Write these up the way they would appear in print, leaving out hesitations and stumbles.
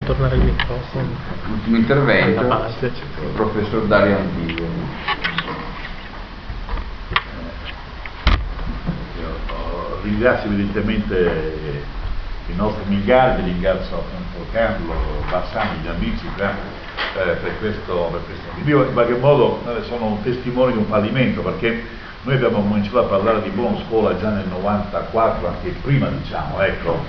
tornare il microfono. L'ultimo intervento, Base, il professor Dario Antigo. Ringrazio evidentemente i nostri Mingardi, ringrazio appunto Carlo, Bassani, gli amici per questo. Io in qualche modo sono un testimone di un fallimento, perché noi abbiamo cominciato a parlare di buona scuola già nel 94, anche prima, diciamo, ecco.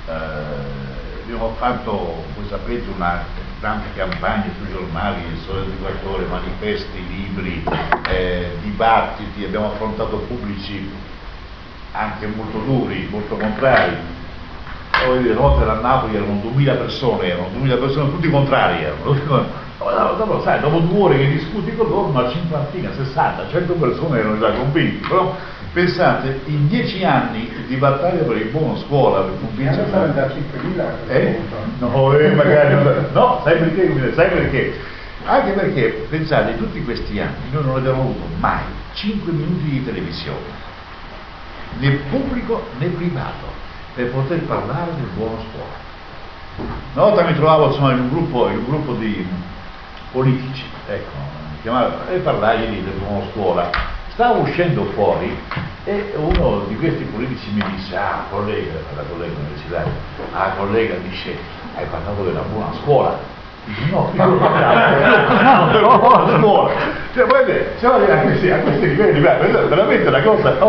Abbiamo fatto, voi sapete, una tante campagne sui giornali, il Sole 24 Ore, manifesti, libri, dibattiti, abbiamo affrontato pubblici anche molto duri, molto contrari. Voglio dire, una volta a Napoli erano 2000 persone, tutti contrari erano. Dopo, sai, dopo 2 ore che discuti con loro, una cinquantina, 60, 100 persone erano già convinti. Però pensate, in 10 anni di battaglia per il buono scuola, per convincere da 5.000 no, magari no, sai perché? Sai perché? Anche perché, pensate, in tutti questi anni noi non abbiamo avuto mai 5 minuti di televisione, né pubblico né privato, per poter parlare del buono scuola. Una volta mi trovavo, insomma, in un gruppo di politici, ecco, mi chiamava, e parlai lì del buono scuola. Stavo uscendo fuori e uno di questi politici mi disse: ah, collega, la collega universitaria, collega, dice, hai parlato della buona scuola? Dice, no, io non parlavo della buona scuola. Cioè, vedete, siamo arrivati a questi livelli, veramente una cosa.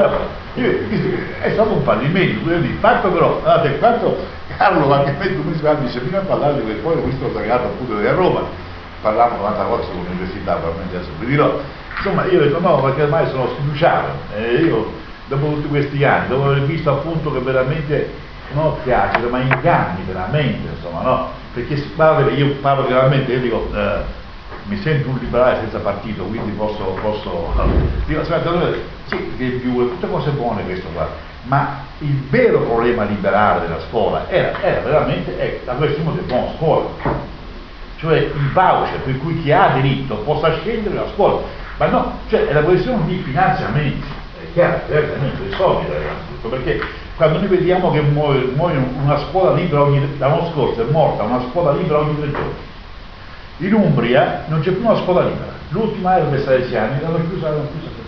È stato un fallimento, il fatto però, guardate, quanto Carlo qualche mese fa dice, prima a parlare di quel poi ho visto sagrato appunto di Roma, parlavamo un'altra volta sull'università, probabilmente adesso vi dirò. Insomma, io ho detto no, perché ormai sono sfiduciato, io dopo tutti questi anni, dopo aver visto appunto che veramente, non piace, ma inganni veramente, insomma, no? Perché si parla, io parlo veramente, io dico, mi sento un liberale senza partito, quindi posso dico, sì, che più, tutte cose buone questo qua, ma il vero problema liberale della scuola era veramente la questione del buon scuola, cioè il voucher per cui chi ha diritto possa scegliere la scuola. Ma no, cioè è la questione di finanziamenti, è chiaro, certamente, i soldi innanzitutto, perché quando noi vediamo che muore una scuola libera l'anno scorso è morta una scuola libera ogni 3 giorni. In Umbria non c'è più una scuola libera, l'ultima era per 16 anni, l'hanno chiusa a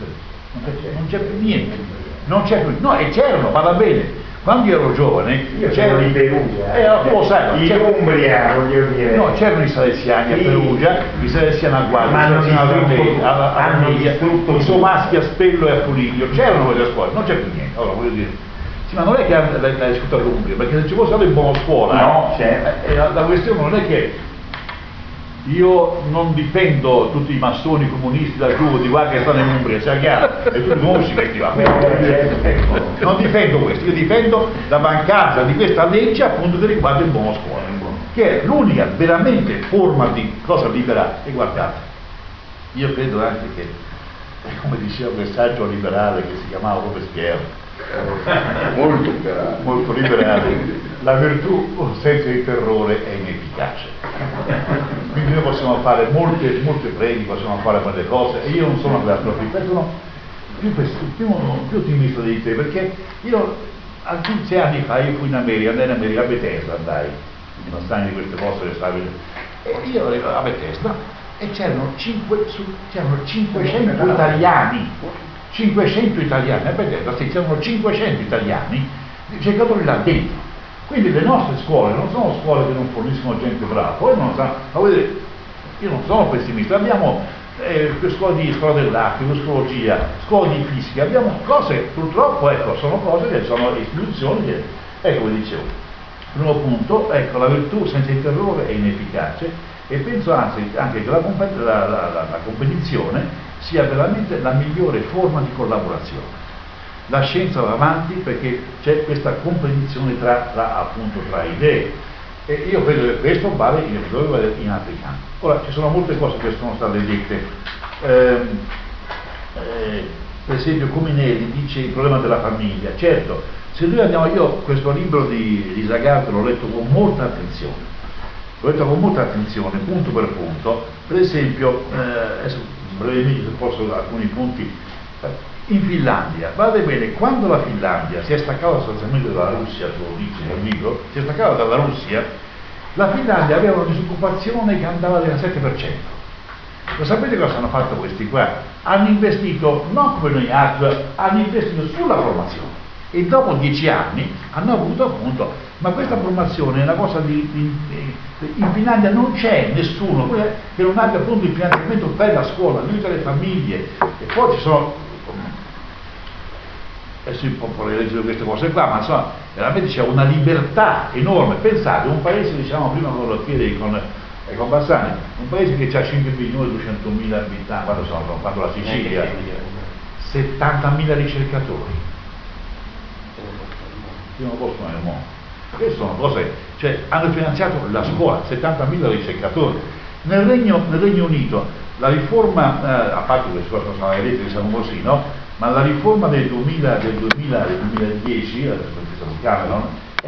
7 non c'è più niente, non c'è più, no, e c'erano, vada bene. Quando io ero giovane, c'erano i Perugia, tu lo sai, in Umbria, voglio dire. No, c'erano i salesiani a Perugia, i salesiani a Guardia, ma i salesiani a Armiglia, i somaschi a Spello e a Puliglio, c'erano quelle scuole, non c'è più niente. Allora voglio dire, sì, ma non è che l'hai scritto all'Umbria, perché se ci fosse stato il buono scuola, no, certo. La questione non è che io non difendo tutti i massoni comunisti da giù di qua che stanno in Umbria, sia chiaro, e tu conosci questi va ecco, non difendo questo, io difendo la mancanza di questa legge appunto che riguarda il buono scuola, che è l'unica veramente forma di cosa liberale. E guardate, io credo anche che, come diceva quel saggio liberale che si chiamava Robespierre, molto liberale, la virtù senza il terrore è inefficace. Quindi noi possiamo fare molte prediche, possiamo fare molte cose, e io non sono sono più ottimista di te, perché io alcuni 6 anni fa io fui in America, andai in America a Bethesda, non sai di queste cose che stavi, e io ero a Bethesda e c'erano 500 italiani. 500 italiani, a Bethesda c'erano 500 italiani ricercatori là dentro. Quindi le nostre scuole non sono scuole che non forniscono gente brava, poi non sa, ma vedete, io non sono pessimista, abbiamo scuole dell'arte, psicologia, scuole di fisica, abbiamo cose, purtroppo, ecco, sono cose che sono istituzioni che, ecco, vi dicevo, primo punto, ecco, la virtù senza il terrore è inefficace, e penso anzi anche che la competizione sia veramente la migliore forma di collaborazione. La scienza va avanti perché c'è questa competizione tra idee, e io credo che questo vale in altri campi. Ora, ci sono molte cose che sono state dette, per esempio Cominelli dice il problema della famiglia. Certo, se noi andiamo, io questo libro di Zagarte l'ho letto con molta attenzione, punto per punto. Per esempio, adesso brevemente se posso alcuni punti. In Finlandia, guardate bene, quando la Finlandia si è staccata sostanzialmente dalla Russia, lo dice nel libro, si è staccata dalla Russia, La Finlandia aveva una disoccupazione che andava del 7%. Lo sapete cosa hanno fatto questi qua? Hanno investito, non come noi altri, hanno investito sulla formazione. E dopo 10 anni hanno avuto appunto, ma questa formazione è una cosa in Finlandia non c'è nessuno che non abbia appunto il finanziamento per la scuola, aiuta le famiglie, e poi ci sono, adesso io potrei leggere queste cose qua, ma insomma veramente c'è una libertà enorme. Pensate, un paese, diciamo prima con lo chiede con Bassani, un paese che ha 5.200.000 abitanti, quando la Sicilia, 70.000 ricercatori. Io non posso nel mondo. Queste sono cose, cioè hanno finanziato la scuola, 70.000 ricercatori. Nel Regno Unito la riforma, a parte queste cose sono le lettere, diciamo così, no? Ma la riforma del 2010, adesso Cameron,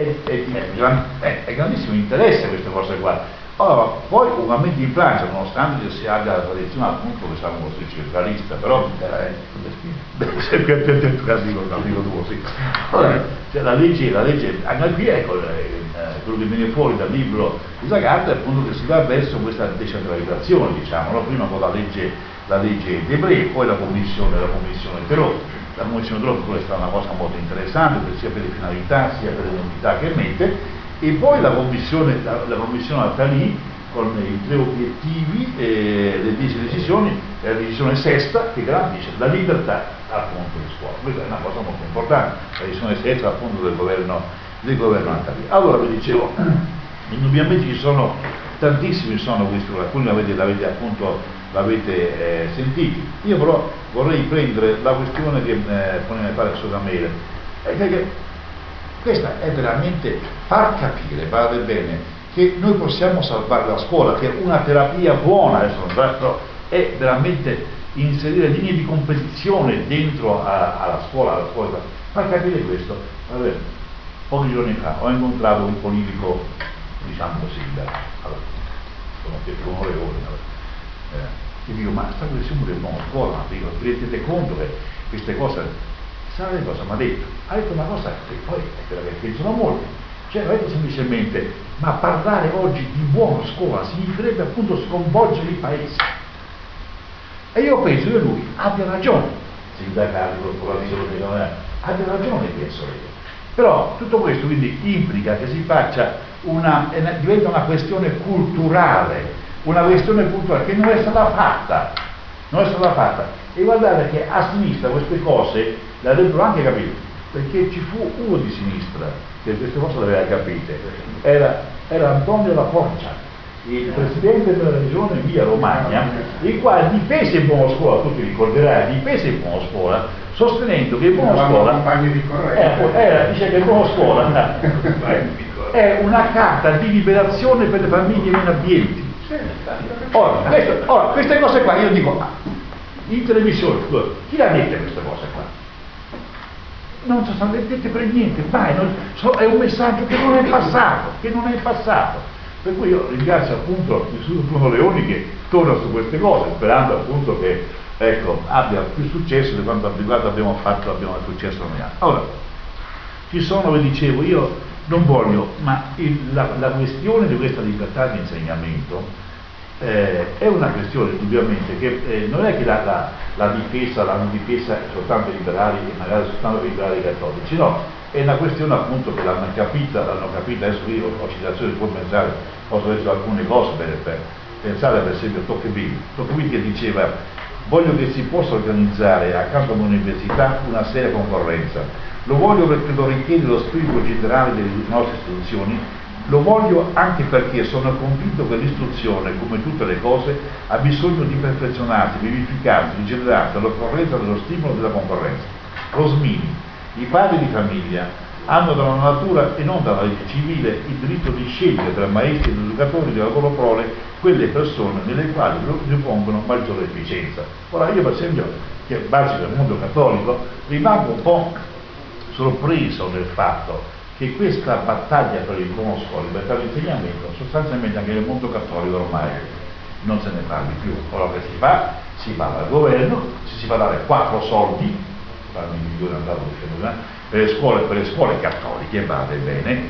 è grandissimo interesse a queste cose qua. Allora, poi ugualmente in Francia, nonostante si abbia la tradizione appunto, diciamo così, centralista, però allora, cioè, la legge, anche qui ecco, quello che viene fuori dal libro di Sagard è appunto che si va verso questa decentralizzazione, diciamo, no? Prima con la legge Debré, poi la commissione Terò. La commissione Terò è stata una cosa molto interessante, sia per le finalità, sia per le novità che mette. E poi la commissione Attali con i 3 obiettivi, le 10 decisioni, e la decisione sesta che garantisce la libertà appunto di scuola. Questa è una cosa molto importante, la decisione sesta appunto del governo Attali. Allora vi dicevo, indubbiamente ci sono tantissimi, sono questi, alcuni l'avete sentiti. Io però vorrei prendere la questione che poneva il padre Sodamele, che questa è veramente far capire, guardate bene, che noi possiamo salvare la scuola, che una terapia buona, adesso è veramente inserire linee di competizione dentro alla scuola, far capire questo. Vabbè, pochi giorni fa ho incontrato un politico, diciamo così, allora, sono più onorevoli, e dico, ma sta questione del buona scuola, ma dico, vi rendete conto che queste cose. Sapete cosa mi ha detto? Ha detto una cosa che poi è quella che pensano molti, cioè ha detto semplicemente, ma parlare oggi di buona scuola significherebbe appunto sconvolgere il paese. E io penso che lui abbia ragione, sindacati, corporazioni, abbia ragione, penso io. Però tutto questo quindi implica che si faccia diventa una questione culturale che non è stata fatta. E guardate che a sinistra queste cose le avrebbero anche capite, perché ci fu uno di sinistra che queste cose le aveva capite, era Antonio La Forgia, il presidente della regione Emilia Romagna, il quale difese il buono scuola, tutti ricorderai, difese il buono scuola, sostenendo che il buono scuola dice che il buono scuola è una carta di liberazione per le famiglie meno abbienti. Ora, queste cose qua io dico, in televisione, chi la mette queste cose qua? Non sono state dette per niente, mai, è un messaggio che non è passato. Per cui io ringrazio appunto l'Istituto Bruno Leoni che torna su queste cose, sperando appunto che abbia più successo di quanto abbiamo successo noi altri. Allora, ci sono, vi dicevo, io non voglio, ma la questione di questa libertà di insegnamento è una questione indubbiamente che non è che l'hanno difesa soltanto i liberali e magari soltanto i liberali cattolici, no, è una questione appunto che l'hanno capita, adesso io ho citazioni, può pensare, posso adesso alcune cose per pensare per esempio a Tocqueville che diceva: voglio che si possa organizzare accanto all'università una seria concorrenza, lo voglio perché lo richiede lo spirito generale delle nostre istituzioni. Lo voglio anche perché sono convinto che l'istruzione, come tutte le cose, ha bisogno di perfezionarsi, vivificarsi, rigenerarsi all'occorrenza dello stimolo della concorrenza. Rosmini, i padri di famiglia hanno dalla natura e non dalla legge civile il diritto di scegliere tra maestri ed educatori della loro prole quelle persone nelle quali ripongono maggiore efficienza. Ora io per esempio, che basico del mondo cattolico, rimango un po' sorpreso nel fatto che questa battaglia per il buono scuola, libertà di insegnamento, sostanzialmente anche nel mondo cattolico ormai non se ne parli più. Ora che si va al governo, si fa dare 4 soldi, per le scuole cattoliche, vale bene,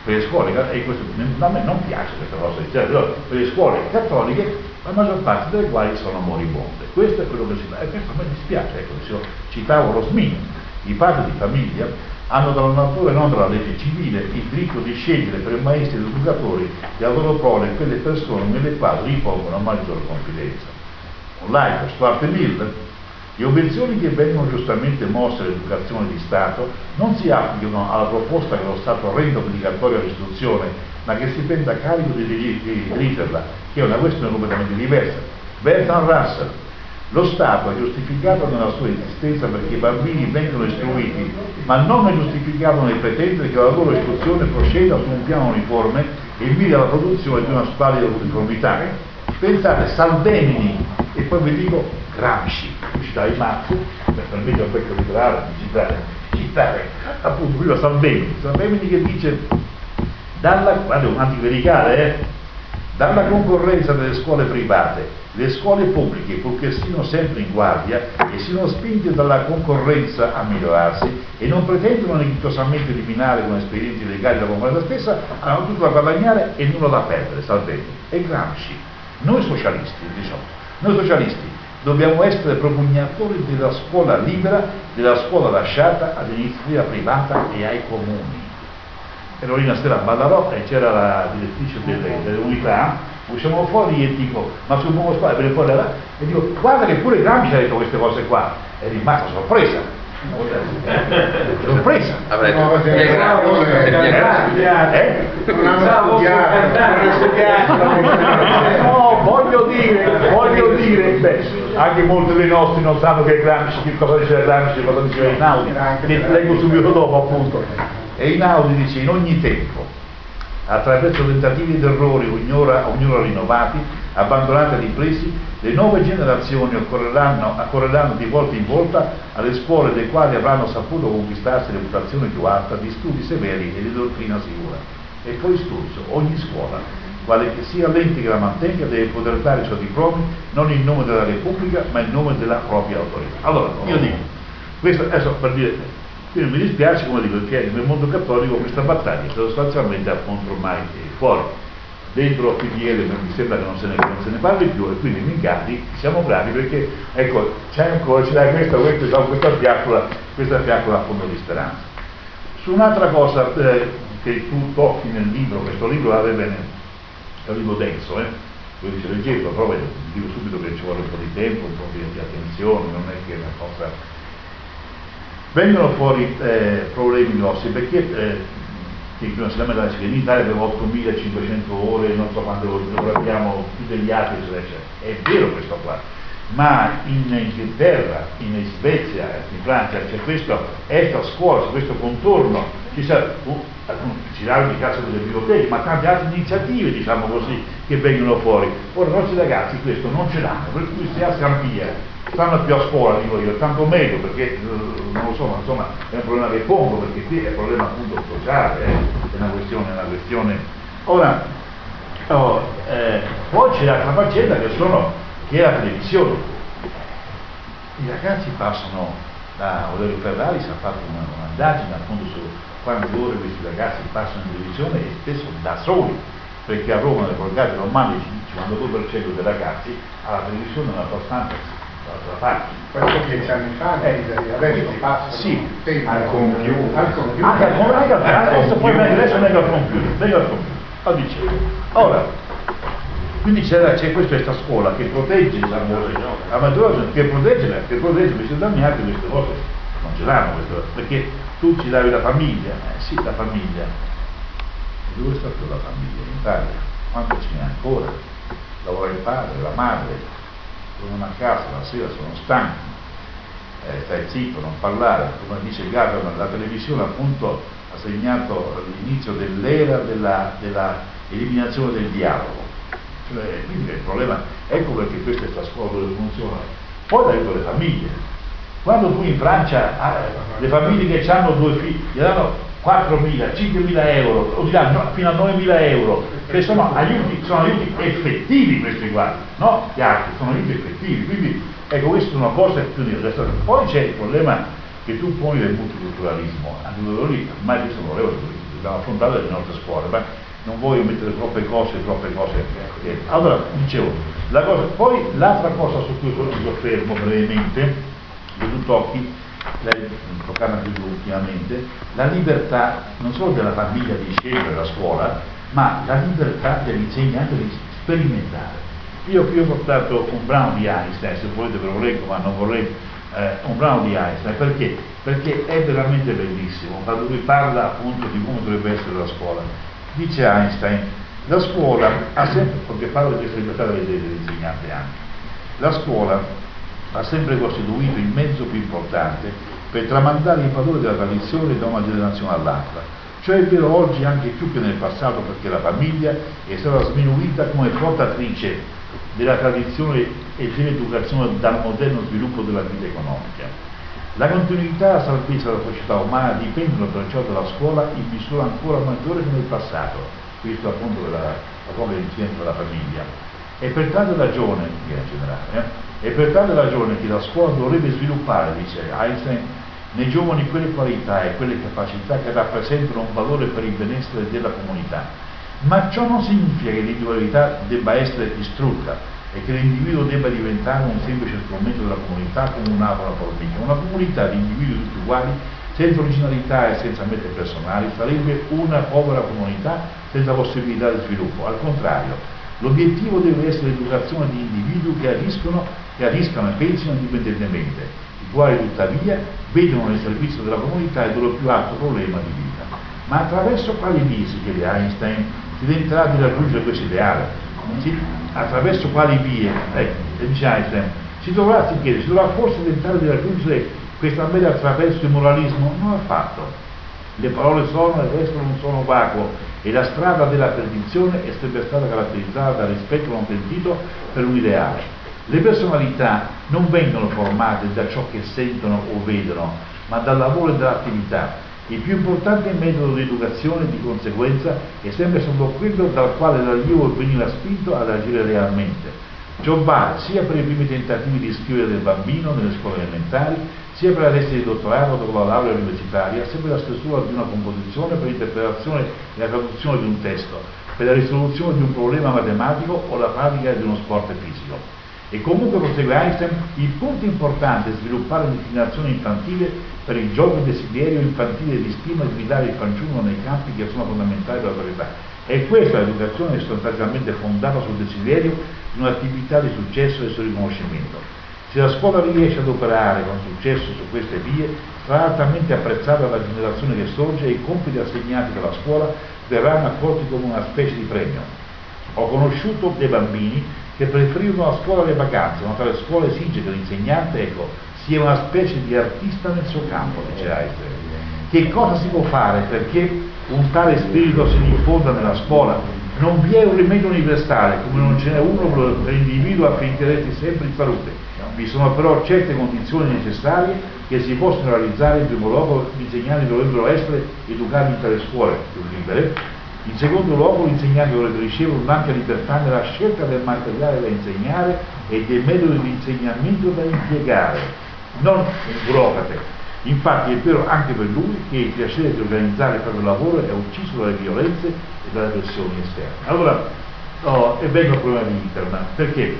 per le scuole, e questo, a me non piace questa cosa, però per le scuole cattoliche, la maggior parte delle quali sono moribonde. Questo è quello che si fa, e questo a me dispiace, ecco, citavo Rosmini, i padri di famiglia hanno dalla natura e non dalla legge civile il diritto di scegliere per i maestri ed educatori e la loro prole quelle persone nelle quali ripongono maggior confidenza. Un laico, Stuart Mill: le obiezioni che vengono giustamente mosse all'educazione di Stato non si applicano alla proposta che lo Stato renda obbligatoria l'istruzione, ma che si prenda carico di dirigerla, che è una questione completamente diversa. Bertrand Russell: lo Stato è giustificato nella sua esistenza perché i bambini vengono istruiti, ma non è giustificato nel pretendere che la loro istruzione proceda su un piano uniforme e miri alla produzione di una squalida uniformità. Pensate, Salvemini, e poi vi dico Gramsci, citai Marx, per me è un pezzo liberale di citare appunto prima Salvemini che dice, guardate, un anticlericale, dalla concorrenza delle scuole private, le scuole pubbliche, purché siano sempre in guardia e siano spinte dalla concorrenza a migliorarsi e non pretendono neghitosamente eliminare con espedienti legali la concorrenza stessa, hanno tutto da guadagnare e nulla da perdere. Salvemini e Gramsci. Noi socialisti dobbiamo essere propugnatori della scuola libera, della scuola lasciata all'iniziativa privata e ai comuni. Ero lì una sera a Ballarò e c'era la direttrice delle unità, usciamo fuori e dico, ma sul nuovo scuola per fuori là, e dico, guarda che pure Gramsci ha detto queste cose qua. È rimasta sorpresa. No, voglio dire, anche molti dei nostri non sanno che Gramsci, che cosa diceva Gramsci, cosa diceva Einaudi, leggo subito dopo appunto. E Einaudi dice: in ogni tempo, attraverso tentativi ed errori ognuno rinnovati, abbandonati e ripresi, le nuove generazioni accorreranno di volta in volta alle scuole le quali avranno saputo conquistarsi reputazione più alta di studi severi e di dottrina sicura. E poi studio, ogni scuola, quale che sia l'ente che la mantenga, deve poter dare i suoi diplomi non in nome della Repubblica, ma in nome della propria autorità. Allora, io dico, questo adesso per dire, quindi mi dispiace, come dico, perché nel mondo cattolico questa battaglia è sostanzialmente appunto ormai fuori. Dentro PDL mi sembra che non se ne parli più, e quindi Mingardi siamo bravi perché ecco c'è ancora, ci dai questa fiaccola a fondo di speranza. Su un'altra cosa che tu tocchi nel libro, questo libro è un libro denso, voi dice leggerlo, però dico subito che ci vuole un po' di tempo, un po' di attenzione, non è che è una cosa. Vengono fuori problemi grossi perché in Italia abbiamo 8.500 ore, non so quando abbiamo più degli altri, eccetera. È vero questo qua, ma in Inghilterra, in Svezia, in Francia c'è questa scuola, c'è questo contorno, ci danno di casa delle biblioteche, ma tante altre iniziative, diciamo così, che vengono fuori. Ora i nostri ragazzi questo non ce l'hanno, per cui se a Scampia stanno più a scuola, dico io, tanto meglio, perché non lo so, ma insomma è un problema che pongo, perché qui è un problema appunto sociale, è una questione. Ora, poi c'è l'altra faccenda che è la televisione. I ragazzi passano, Olerio Ferraris ha fatto un'indagine appunto su quante ore questi ragazzi passano in televisione, e spesso da soli, perché a Roma, nelle borgate romane, il 52% dei ragazzi ha la televisione nella sua stanza. Questo 10 anni fa, adesso passa sì, al computer. Adesso vengo al computer. Ora, quindi c'è questa scuola che protegge la maggioranza, che protegge questi Damiati, queste cose non ce l'hanno, perché tu ci davi la famiglia, sì, la famiglia. Dove sta più la famiglia in Italia? Quanto ce n'è ancora? Lavora il padre, la madre, tornano a casa la sera, sono stanchi, stai zitto, non parlare, come dice Gabriel, la televisione appunto ha segnato l'inizio dell'era della eliminazione del dialogo, quindi il problema, ecco perché questa è la scuola dove funziona. Poi l'aiuto alle famiglie, quando tu in Francia le famiglie che hanno 2 figli gli danno 4.000, 5.000 euro, o ti danno fino a 9.000 euro, che sono aiuti effettivi questi qua, no? Gli altri sono aiuti effettivi, quindi ecco, queste sono cose più di adesso. Poi c'è il problema che tu poni del multiculturalismo, anche lì, ormai questo non lo levo dobbiamo affrontare le nostre scuole, ma non voglio mettere troppe cose. Allora, dicevo, poi l'altra cosa su cui mi soffermo brevemente, che tu tocchi, lei toccava più ultimamente, la libertà non solo della famiglia di scegliere la scuola, ma la libertà dell'insegnante di sperimentare. Io qui ho portato un brano di Einstein, se volete ve lo leggo, ma non vorrei, un brano di Einstein, perché? Perché è veramente bellissimo, quando lui parla appunto di come dovrebbe essere la scuola. Dice Einstein, la scuola ha sempre, perché parla di questa libertà dell'insegnante anche, la scuola ha sempre costituito il mezzo più importante per tramandare il valore della tradizione da una generazione all'altra. Cioè è vero oggi anche più che nel passato, perché la famiglia è stata sminuita come portatrice della tradizione e dell'educazione dal moderno sviluppo della vita economica. La continuità e la salvezza della società umana dipendono perciò dalla scuola in misura ancora maggiore che nel passato, visto appunto della propria incidenza della famiglia. E per tale ragione, in generale, e per tale ragione che la scuola dovrebbe sviluppare, dice Einstein, nei giovani quelle qualità e quelle capacità che rappresentano un valore per il benessere della comunità. Ma ciò non significa che l'individualità debba essere distrutta e che l'individuo debba diventare un semplice strumento della comunità come un'apola formica. Una comunità di individui tutti uguali, senza originalità e senza mete personali, sarebbe una povera comunità senza possibilità di sviluppo. Al contrario, l'obiettivo deve essere l'educazione di individui che agiscano e pensino indipendentemente, i quali tuttavia vedono nel servizio della comunità il loro più alto problema di vita. Ma attraverso quali vie, si chiede Einstein, si tenterà di raggiungere questo ideale? Attraverso quali vie? Dice Einstein, si dovrà forse tentare di raggiungere questa meta attraverso il moralismo? Non affatto. Le parole sono e restano un suono vacuo e la strada della perdizione è sempre stata caratterizzata dal rispetto non sentito per un ideale. Le personalità non vengono formate da ciò che sentono o vedono, ma dal lavoro e dall'attività. Il più importante metodo di educazione, di conseguenza, è sempre stato quello dal quale l'allievo veniva spinto ad agire realmente. Ciò vale sia per i primi tentativi di iscrivere del bambino nelle scuole elementari, sia per la tesi di dottorato dopo la laurea universitaria, sia per la stesura di una composizione, per l'interpretazione e la traduzione di un testo, per la risoluzione di un problema matematico o la pratica di uno sport fisico. E comunque, prosegue Einstein, il punto importante è sviluppare l'inclinazione infantile per il gioco e il desiderio infantile di stima e guidare il fanciullo nei campi che sono fondamentali per la società. E questa l'educazione è sostanzialmente fondata sul desiderio di un'attività di successo e sul riconoscimento. Se la scuola riesce ad operare con successo su queste vie, sarà altamente apprezzata dalla generazione che sorge e i compiti assegnati dalla scuola verranno accolti come una specie di premio. Ho conosciuto dei bambini che preferivano la scuola alle vacanze, ma tale scuola esige che l'insegnante, sia una specie di artista nel suo campo, dice Einstein. Che cosa si può fare perché un tale spirito si diffonda nella scuola? Non vi è un rimedio universale, come non ce n'è uno per l'individuo affinché resti sempre in salute. Vi sono però certe condizioni necessarie che si possono realizzare. In primo luogo, gli insegnanti dovrebbero essere educati in tale scuole più libere. In secondo luogo, l'insegnante dovrebbe ricevere un'ampia libertà nella scelta del materiale da insegnare e dei metodi di insegnamento da impiegare, non burocrate. Infatti è vero anche per lui che il piacere di organizzare il proprio lavoro è ucciso dalle violenze e dalle pressioni esterne. Allora, e vengo al problema di internet, perché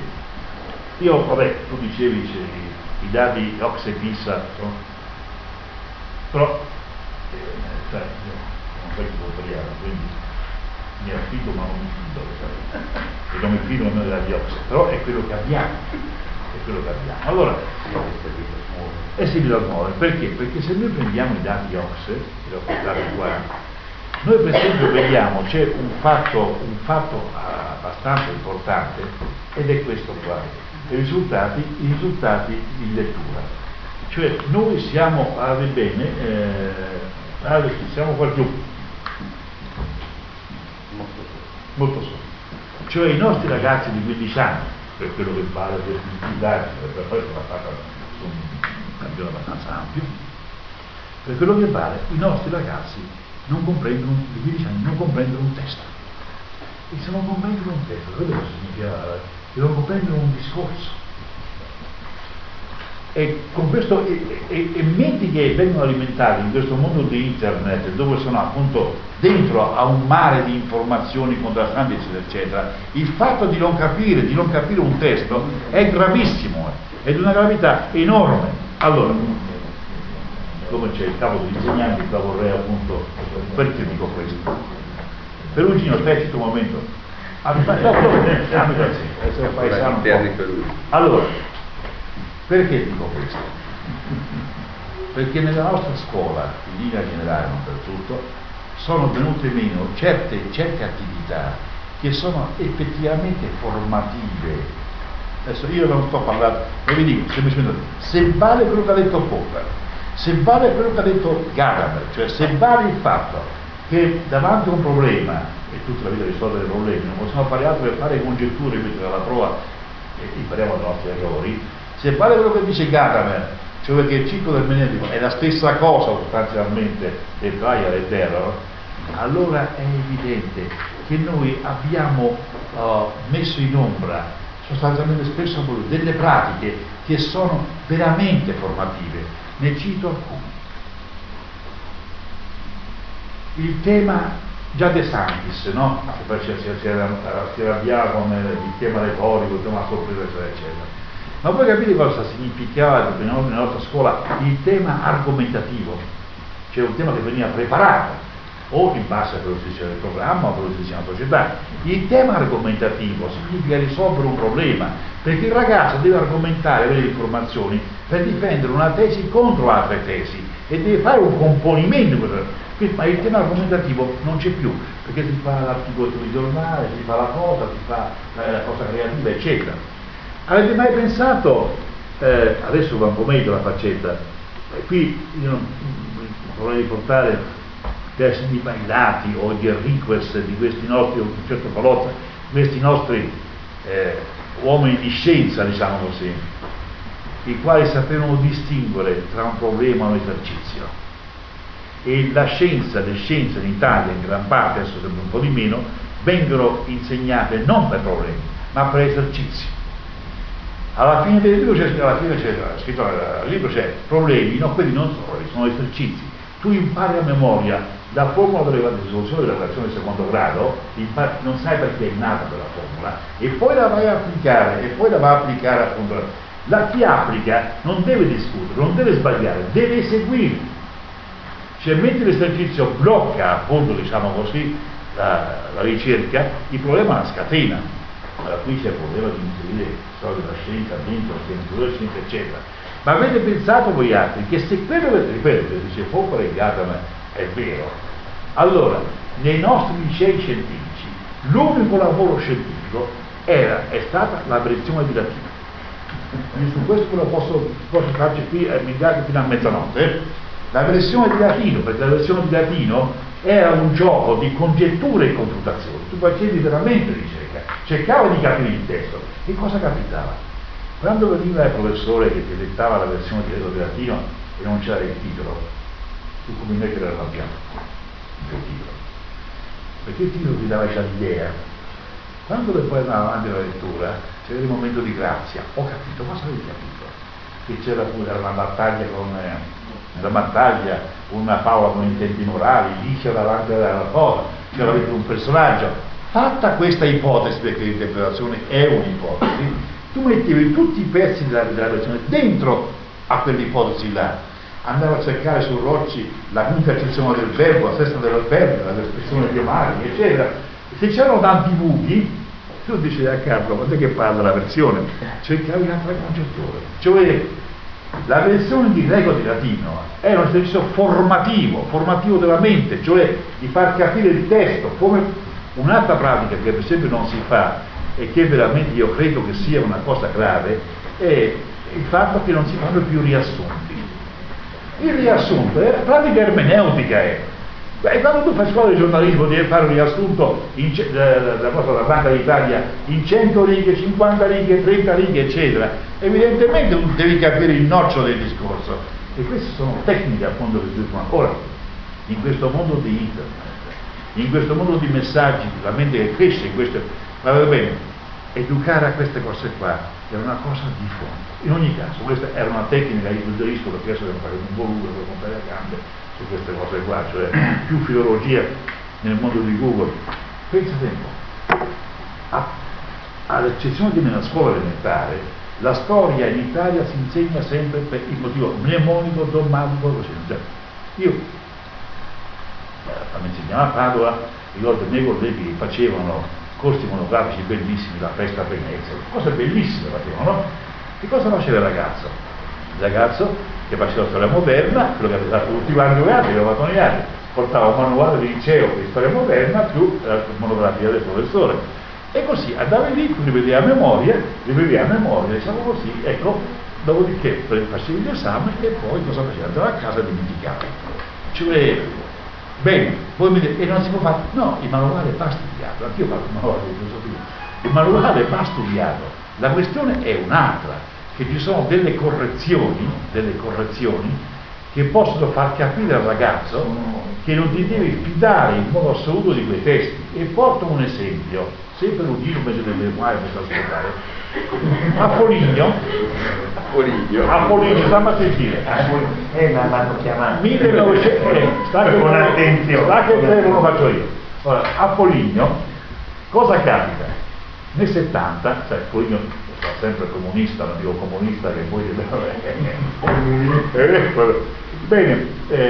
tu dicevi i dati OCSE e PISA, però io non sono tutoriale, quindi mi affido ma non mi fido, e non mi fido nemmeno della OCSE, però è quello che abbiamo, Allora, è simile al nuovo, perché? Perché se noi prendiamo i dati OCSE, che li ho portati qua, noi per esempio vediamo, c'è un fatto abbastanza importante, ed è questo qua, i risultati in lettura. Cioè noi siamo, siamo qua giù, molto sopra. Cioè i nostri ragazzi di 15 anni, per quello che vale per i dati, per poi sono fatta su un campione abbastanza ampio, per quello che vale, i nostri ragazzi non comprendono, di 15 anni, non comprendono un testo. E se non comprendono un testo, quello significa che non comprendono un discorso. E con questo, e menti che vengono alimentati in questo mondo di internet, dove sono appunto dentro a un mare di informazioni contrastanti, eccetera, eccetera, il fatto di non capire un testo è gravissimo, è di una gravità enorme. Allora, come c'è il capo degli insegnanti, la vorrei appunto, perché dico questo? Perugino, stai zitto un momento. Allora, perché dico questo? Perché nella nostra scuola, in linea generale, non per tutto, sono venute meno certe attività che sono effettivamente formative. Adesso io non sto parlando, e vi dico semplicemente, se vale quello che ha detto Popper, se vale quello che ha detto Gadamer, cioè se vale il fatto che davanti a un problema, e tutta la vita risolvere i problemi, non possiamo fare altro che fare congetture, mettere alla prova e impariamo dai nostri errori, se vale quello che dice Gadamer, cioè che il ciclo del Menedico è la stessa cosa sostanzialmente del trial and error, allora è evidente che noi abbiamo messo in ombra sostanzialmente spesso delle pratiche che sono veramente formative. Ne cito alcune. Il tema già De Santis, no? Si arrabbiava con il tema retorico, il tema sorpresa, eccetera, eccetera. Ma voi capite cosa significava nella nostra scuola il tema argomentativo? Cioè un tema che veniva preparato, o in base a quello che si diceva nel programma o a quello che si diceva nella società. Il tema argomentativo significa risolvere un problema, perché il ragazzo deve argomentare, avere informazioni per difendere una tesi contro altre tesi e deve fare un componimento. Ma il tema argomentativo non c'è più, perché si fa l'articolo telegiornale, si fa la cosa, si fa la cosa creativa, eccetera. Avete mai pensato, adesso va un po' meglio la faccetta, qui io non vorrei portare i dati o gli request di questi nostri, un certo Palozza, questi nostri uomini di scienza, diciamo così, i quali sapevano distinguere tra un problema e un esercizio. E la scienza, le scienze in Italia, in gran parte, adesso sempre un po' di meno, vengono insegnate non per problemi, ma per esercizi. Alla fine del libro c'è scritto nel libro c'è problemi, no, quelli non sono problemi, sono esercizi. Tu impari a memoria la formula della risoluzione della frazione di secondo grado, non sai perché è nata quella formula, e poi la vai a applicare, e poi la vai a applicare appunto. Chi applica non deve discutere, non deve sbagliare, deve eseguire. Cioè, mentre l'esercizio blocca, appunto, diciamo così, la ricerca, il problema è la scatena. Allora qui c'è il problema di inserire storia della scienza dentro, della scienza, eccetera. Ma avete pensato voi altri che se quello che, ripeto, dice Popper e Gadamer è vero, allora nei nostri licei scientifici l'unico lavoro scientifico è stata la versione di latino. Quindi su questo lo posso farci qui fino a mezzanotte. La versione di latino, perché la versione di latino era un gioco di congetture e confutazioni. Tu facevi veramente ricerca, cercava di capire il testo. E cosa capitava? Quando veniva il professore che ti dettava la versione di latino e non c'era il titolo, tu come mettere arrabbiato il titolo. Perché il titolo ti dava già l'idea. Quando poi andava avanti la lettura, c'era il momento di grazia. Ho capito, cosa avevi capito? Che c'era pure una battaglia una Paola con intenti morali, lì c'era davanti alla cosa, c'era un personaggio. Fatta questa ipotesi, perché l'interpretazione è un'ipotesi, tu mettevi tutti i pezzi della versione dentro a quell'ipotesi là, andava a cercare su Rocci la quinta accezione del verbo, la sesta del verbo, l'espressione idiomatica, eccetera. Se c'erano tanti buchi, tu dicevi a capo, quando è che parla la versione? Cercavi un'altra congettura. Cioè, la versione di greco di latino è un esercizio formativo della mente, cioè di far capire il testo, come un'altra pratica che per esempio non si fa e che veramente io credo che sia una cosa grave, è il fatto che non si fanno più riassunti. Il riassunto è pratica ermeneutica. Quando tu fai scuola di giornalismo devi fare un riassunto della Banca d'Italia in 100 righe, 50 righe, 30 righe, eccetera. Evidentemente devi capire il nocciolo del discorso. E queste sono tecniche appunto che si usano. Ora, in questo mondo di internet, in questo mondo di messaggi, la mente che cresce in questo. Va bene, educare a queste cose qua è una cosa di fondo. In ogni caso, questa era una tecnica, io suggerisco, perché adesso devo fare un volume per montare a gambe su queste cose qua, cioè più filologia nel mondo di Google. Pensate un po', all'eccezione di nella scuola elementare, la storia in Italia si insegna sempre per il motivo mnemonico, dogmatico, così. Cioè, io mi insegnavo a Padova, ricordo i miei colleghi facevano corsi monografici bellissimi, la festa a Venezia, cose bellissime facevano, no? Che cosa faceva il ragazzo? Il ragazzo che faceva storia moderna, quello che aveva fatto tutti quanti 2 anni, aveva fatto negli anni, portava un manuale di liceo di storia moderna più la monografia del professore. E così andava lì, rivedeva a memoria, diciamo così, ecco, dopodiché facevi l'esame e poi cosa faceva? Andava a casa e dimenticava. Cioè, bene, voi mi dite, e non si può fare? No, il manuale va studiato, anch'io ho fatto un manuale di filosofia, il manuale va studiato, la questione è un'altra, che ci sono delle correzioni che possono far capire al ragazzo che non ti devi fidare in modo assoluto di quei testi. E porto un esempio, sempre un giro invece delle memorie per ascoltare. A Foligno, stammi a sentire. L'hanno chiamato. 1900, sta con attenzione. Sta che te lo faccio io. Ora, a Foligno, cosa capita? Nel 70, cioè Foligno sta sempre comunista, non dico comunista che poi bene,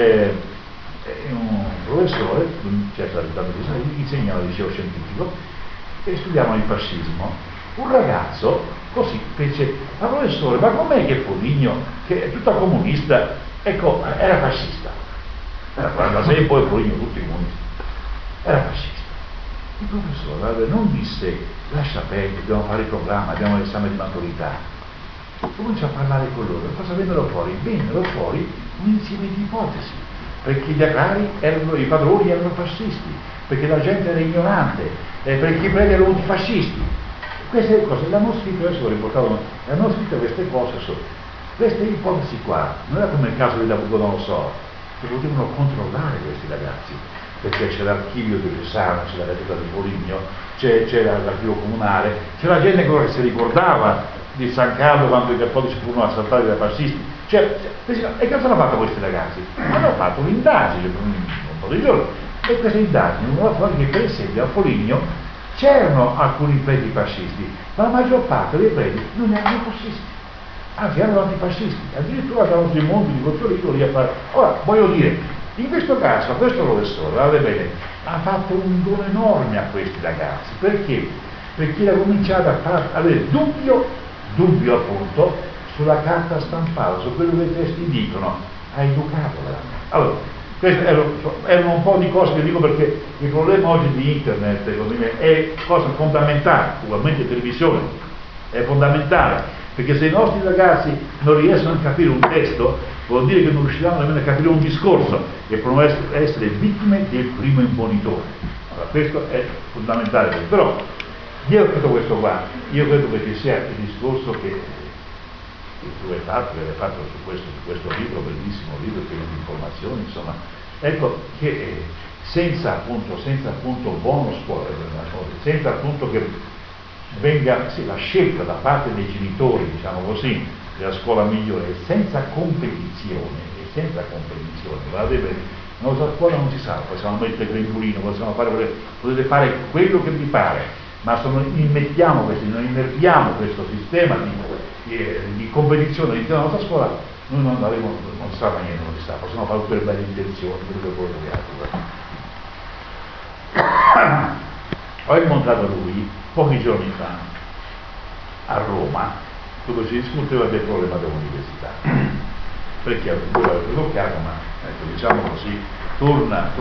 un professore, insegnava al liceo scientifico e studiavano il fascismo. Un ragazzo così fece: ma professore, ma com'è che Foligno, che è tutta comunista, ecco, era fascista? Era 46 e poi Foligno tutti comunisti, era fascista. Il professore non disse: lascia perdere, dobbiamo fare il programma, abbiamo l'esame di maturità. Comincia a parlare con loro, cosa vennero fuori? Vennero fuori un insieme di ipotesi, perché gli agrari erano, i padroni erano fascisti, perché la gente era ignorante, perché i preti erano tutti fascisti. Queste cose l'hanno scritto, adesso lo riportavano, hanno scritto queste cose sotto. Queste ipotesi qua, non era come il caso di Nabucodonosor, che potevano controllare questi ragazzi, perché c'era l'archivio diocesano, c'era la città di Foligno, c'era l'archivio comunale, c'era gente che si ricordava di San Carlo quando i cattolici furono assaltati dai fascisti. E cosa hanno fatto questi ragazzi? Hanno fatto un'indagine per un po' di giorni, e queste indagini vengono fuori che per esempio a Foligno c'erano alcuni preti fascisti, ma la maggior parte dei preti non erano fascisti, anzi erano antifascisti, addirittura erano sui monti di Cozzolino lì a fare. Ora, voglio dire, in questo caso, questo professore, guardate bene, ha fatto un dono enorme a questi ragazzi, perché? Perché ha cominciato a avere dubbio appunto sulla carta stampata, su quello che i testi dicono, ha educato veramente. Allora, queste erano un po' di cose che dico perché il problema oggi di internet è cosa fondamentale, ugualmente televisione, è fondamentale, perché se i nostri ragazzi non riescono a capire un testo, vuol dire che non riusciranno nemmeno a capire un discorso e possono essere vittime del primo imbonitore. Allora, questo è fondamentale, però io ho detto questo qua, io credo che ci sia il discorso che tu hai fatto su questo libro, bellissimo libro, pieno di informazioni, insomma, ecco che senza appunto bonus, senza appunto che venga la scelta da parte dei genitori, diciamo così, della scuola migliore, senza competizione, guardate bene, la nostra scuola non si sa, possiamo mettere il grembolino, potete fare quello che vi pare, ma se non immettiamo non invertiamo questo sistema di competizione all'interno della nostra scuola, noi non si sa niente, non si sa, possiamo fare tutte le belle intenzioni, quello che altro. Ho incontrato lui pochi giorni fa a Roma, dove si discuteva del problema dell'università, perché avevo toccato, ma ecco, diciamo così, torna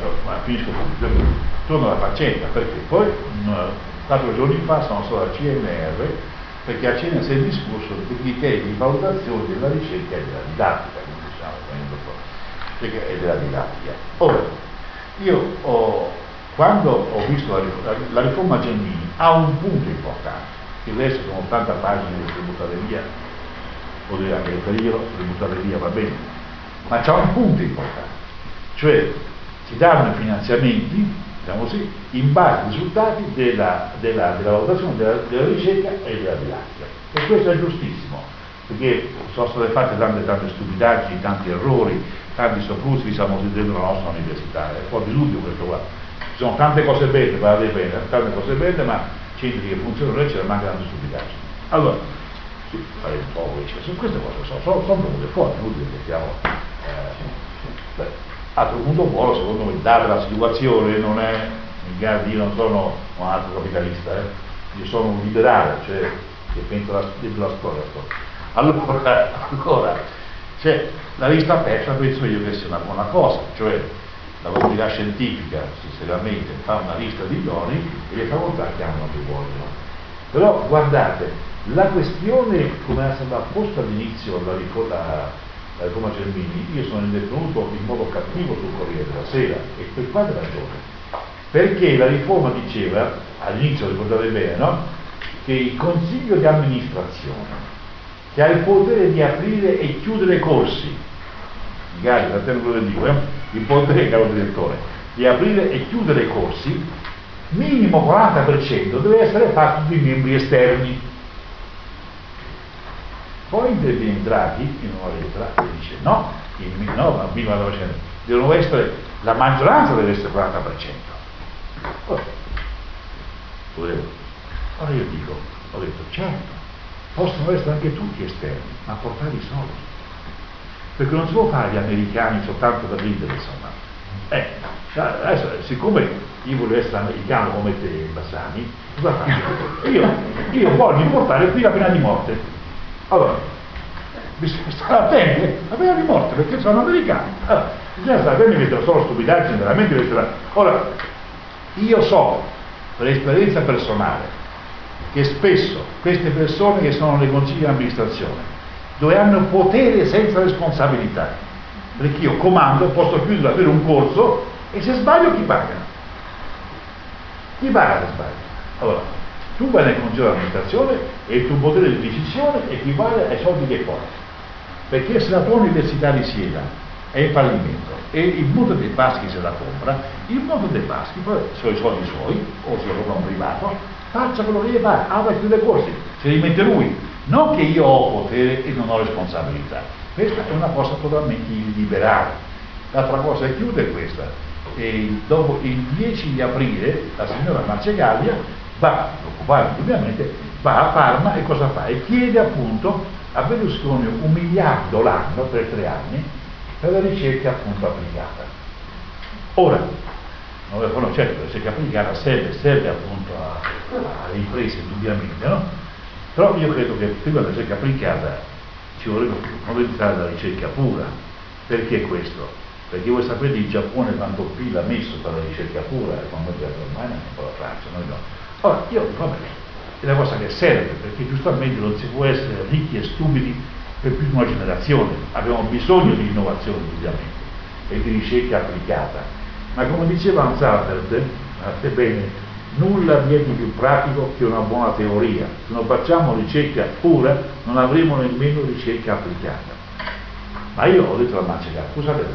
la faccenda, perché poi 4 giorni fa sono stato al CNR, perché a CNR si è discusso di criteri di valutazione della ricerca e della didattica, perché è della didattica. Ora, quando ho visto la riforma Gelmini, ha un punto importante, che adesso sono 80 pagine che sono buttate via, vuol dire anche il periodo, sono buttate via, va bene, ma c'è un punto importante, cioè si danno i finanziamenti diciamo così, in base ai risultati della valutazione della ricerca e della didattica. E questo è giustissimo, perché sono state fatte tante stupidaggini, tanti errori, tanti soprusi, diciamo, dentro la nostra università, è fuori di dubbio questo qua. Ci sono tante cose belle, tante cose belle, ma centri che funzionano e c'è manca tante stupidaggini. Allora, sì, faremo un po' su queste cose sono venute fuori, inutile che stiamo. Altro punto buono, secondo me, data la situazione, non è, io non sono un altro capitalista, io sono un liberale, cioè che penso dentro la storia. Allora, cioè, la lista aperta penso io che sia una buona cosa, cioè la comunità scientifica sinceramente fa una lista di idonei e le facoltà chiamano più vogliono. Però guardate, la questione, come era stata posta all'inizio la riforma Gelmini, io sono intervenuto in modo cattivo sul Corriere della Sera e per quale ragione? Perché la riforma diceva, all'inizio ricordate bene, no? Che il consiglio di amministrazione che ha il potere di aprire e chiudere corsi, magari fratello quello che dico, il potere, caro direttore, di aprire e chiudere corsi, minimo 40% deve essere fatto di membri esterni. Poi interviene Draghi in una lettera e dice no, devono essere, la maggioranza deve essere 40%. Allora io ho detto certo, possono essere anche tutti esterni, ma portare i soldi. Perché non si può fare gli americani soltanto per ridere, insomma. Adesso, siccome io voglio essere americano come te, Bassani, cosa faccio? Io voglio portare qui la pena di morte. Allora, bisogna stare attenti la pena di morte, perché sono americani. Allora, bisogna stare attenti che sono stupidaggini veramente. Ora, io so, per esperienza personale, che spesso queste persone che sono nei consigli di amministrazione, dove hanno potere senza responsabilità, perché io comando, posso chiudere per un corso e se sbaglio chi paga? Chi paga se sbaglio? Allora, tu vai nel consiglio di amministrazione e il tuo potere di decisione equivale ai soldi che porti, perché se la tua università di Siena è in fallimento e il mutuo dei Baschi se la compra, il mutuo dei Baschi poi sono i soldi suoi o se lo compra un privato, faccia quello che gli pare, apra e chiude corsi, se li mette lui, non che io ho potere e non ho responsabilità. Questa è una cosa totalmente illiberale. L'altra cosa che chiude è questa. E dopo il 10 di aprile la signora Marcegaglia va, preoccupante ovviamente, va a Parma e cosa fa? E chiede appunto a Berlusconi 1 miliardo l'anno per 3 anni per la ricerca appunto applicata. Ora, certo, la ricerca applicata serve appunto alle imprese indubbiamente, no? Però io credo che prima della ricerca applicata ci vorrebbe modernizzare la ricerca pura. Perché questo? Perché voi sapete il Giappone quanto PIL ha messo per la ricerca pura, come la Germania, un po' la Francia, noi no. Ora, io dico, vabbè, è una cosa che serve, perché giustamente non si può essere ricchi e stupidi per più di una generazione, abbiamo bisogno di innovazione ovviamente e di ricerca applicata. Ma come diceva Anzalbert, bene, nulla vi è di più pratico che una buona teoria. Se non facciamo ricerca pura non avremo nemmeno ricerca applicata. Ma io ho detto alla Marcegaglia, scusate,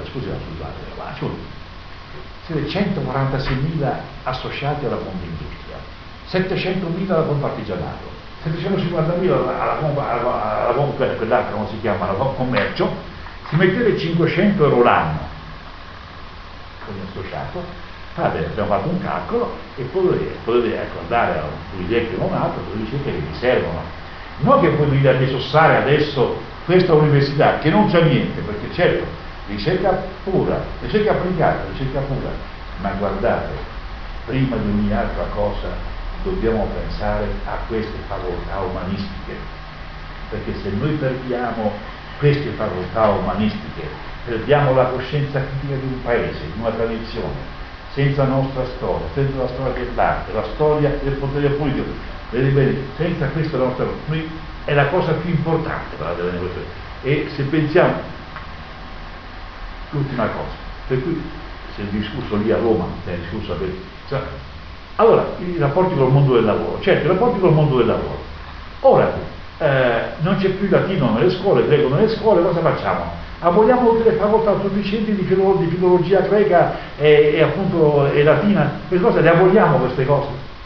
siete 146.000 associati alla Confindustria, 700.000 alla Confartigianato, 750.000 alla quell'altra come si chiama, alla Commercio, si mettete 500 euro l'anno come associato, abbiamo fatto un calcolo e potete andare a un esempio o un altro per ricerche che vi servono. Non che voi vi date sossare adesso questa università che non c'è niente, perché certo, ricerca pura, ricerca applicata, ricerca pura, ma guardate, prima di ogni altra cosa dobbiamo pensare a queste facoltà umanistiche, perché se noi perdiamo queste facoltà umanistiche, perdiamo la coscienza critica di un paese, di una tradizione, senza nostra storia, senza la storia dell'arte, la storia del potere politico, vedete bene, senza questa nostra storia, è la cosa più importante per la questo. E se pensiamo, l'ultima cosa, per cui se il discorso lì a Roma, è il discorso allora, i rapporti col mondo del lavoro, certo, i rapporti col mondo del lavoro. Ora, non c'è più latino nelle scuole, greco nelle scuole, cosa facciamo? aboliamo tutte le facoltà sufficienti di filologia greca e appunto e latina, queste cose le aboliamo queste cose?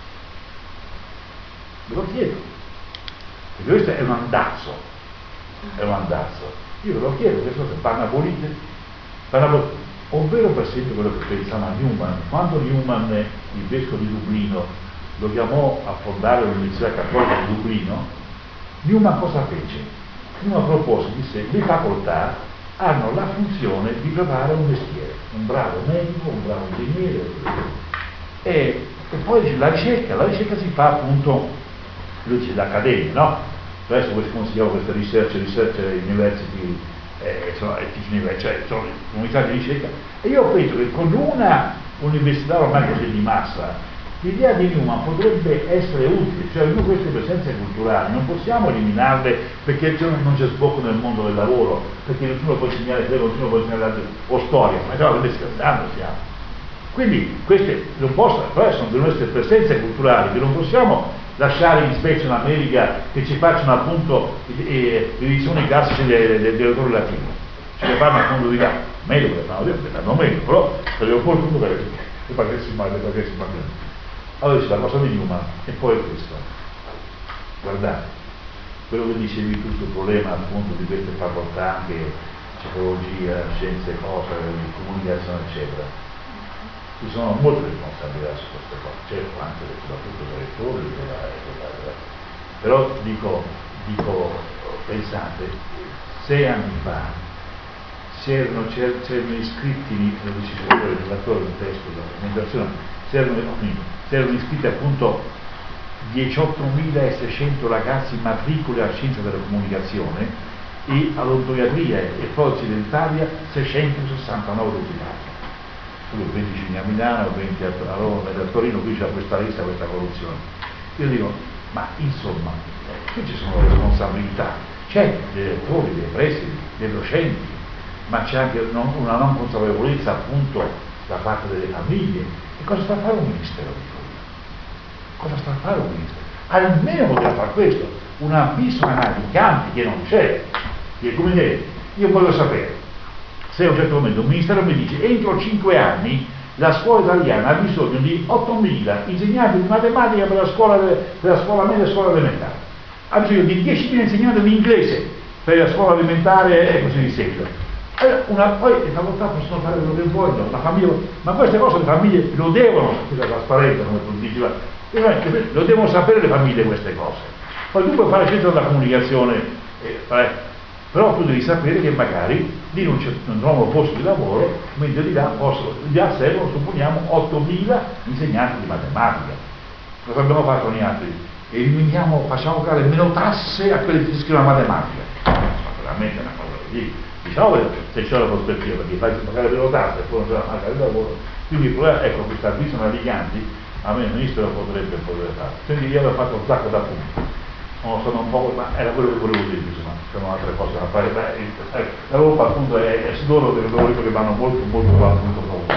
Ve lo chiedo, perché questo è un andazzo, io ve lo chiedo, queste cose vanno abolite, ovvero per esempio quello che pensava Newman, quando Newman, il vescovo di Dublino, lo chiamò a fondare l'Università Cattolica di Dublino, Newman cosa fece? Newman propose, disse, le facoltà hanno la funzione di preparare un mestiere, un bravo medico, un bravo ingegnere, e poi dice, la ricerca si fa appunto, lui dice l'accademia, no? Adesso come si chiama questa research university, cioè sono comunità di ricerca, e io penso che con una università ormai così di massa, l'idea di Newman potrebbe essere utile, cioè noi queste presenze culturali non possiamo eliminarle perché non c'è sbocco nel mondo del lavoro, perché nessuno può insegnare se nessuno può insegnare o storia, ma già avete scherzando siamo. Quindi queste non possono, però sono delle nostre presenze culturali che non possiamo lasciare in Svezia, in America, che ci facciano appunto edizioni classiche dell'autore latino, ce le fanno appunto di là, meglio che le fanno meglio, però per l'opportuno che le facessi male. Allora dice la cosa di Newman e poi questo, guardate, quello che dicevi tu sul problema appunto di queste facoltà, anche psicologia, scienze, cose, comunicazione eccetera, ci sono molte responsabilità su queste cose, certo anche soprattutto dei rettori, però dico, pensate, 6 anni fa c'erano iscritti, lo dice il redattore del testo della documentazione, c'erano iscritti appunto 18.600 ragazzi matricoli a scienza della comunicazione e all'odontoiatria e protesi dentaria 669 risultati. 25 a Milano, 20 a Roma e a Torino, qui c'è questa lista, questa corruzione. Io dico, ma insomma, qui ci sono responsabilità, c'è dei rettori, dei presidi, dei docenti, ma c'è anche una non consapevolezza appunto da parte delle famiglie. E cosa sta a fare un ministero di quello? Cosa sta a fare un ministero? Almeno poteva fare questo, un avviso ai campi che non c'è, che come dire, io voglio sapere se a un certo momento un ministero mi dice entro 5 anni la scuola italiana ha bisogno di 8.000 insegnanti di matematica per la scuola media e scuola elementare, ha bisogno di 10.000 insegnanti di inglese per la scuola elementare e così di seguito. Poi le facoltà possono fare quello che vogliono, la famiglia, ma queste cose le famiglie lo devono, la trasparenza come tu dici, lo devono sapere le famiglie queste cose. Poi tu puoi fare scienza della comunicazione, però tu devi sapere che magari lì non trovano posto di lavoro, mentre di là servono, supponiamo, 8.000 insegnanti di matematica. Cosa abbiamo fatto con gli altri? Facciamo pagare meno tasse a quelli che si iscrivono a matematica. Ma veramente è una cosa così. Diciamo se c'è la prospettiva, perché fai pagare meno tasse e poi non c'è la marca di lavoro. Quindi il problema, ecco, questa avviso naviganti, a me il ministro lo potrebbe fare. Quindi io avevo fatto un sacco da punti. Sono stato un po', ma era quello che volevo dire, insomma, c'erano altre cose da fare. L'Europa appunto è loro delle che vanno molto, molto, molto, molto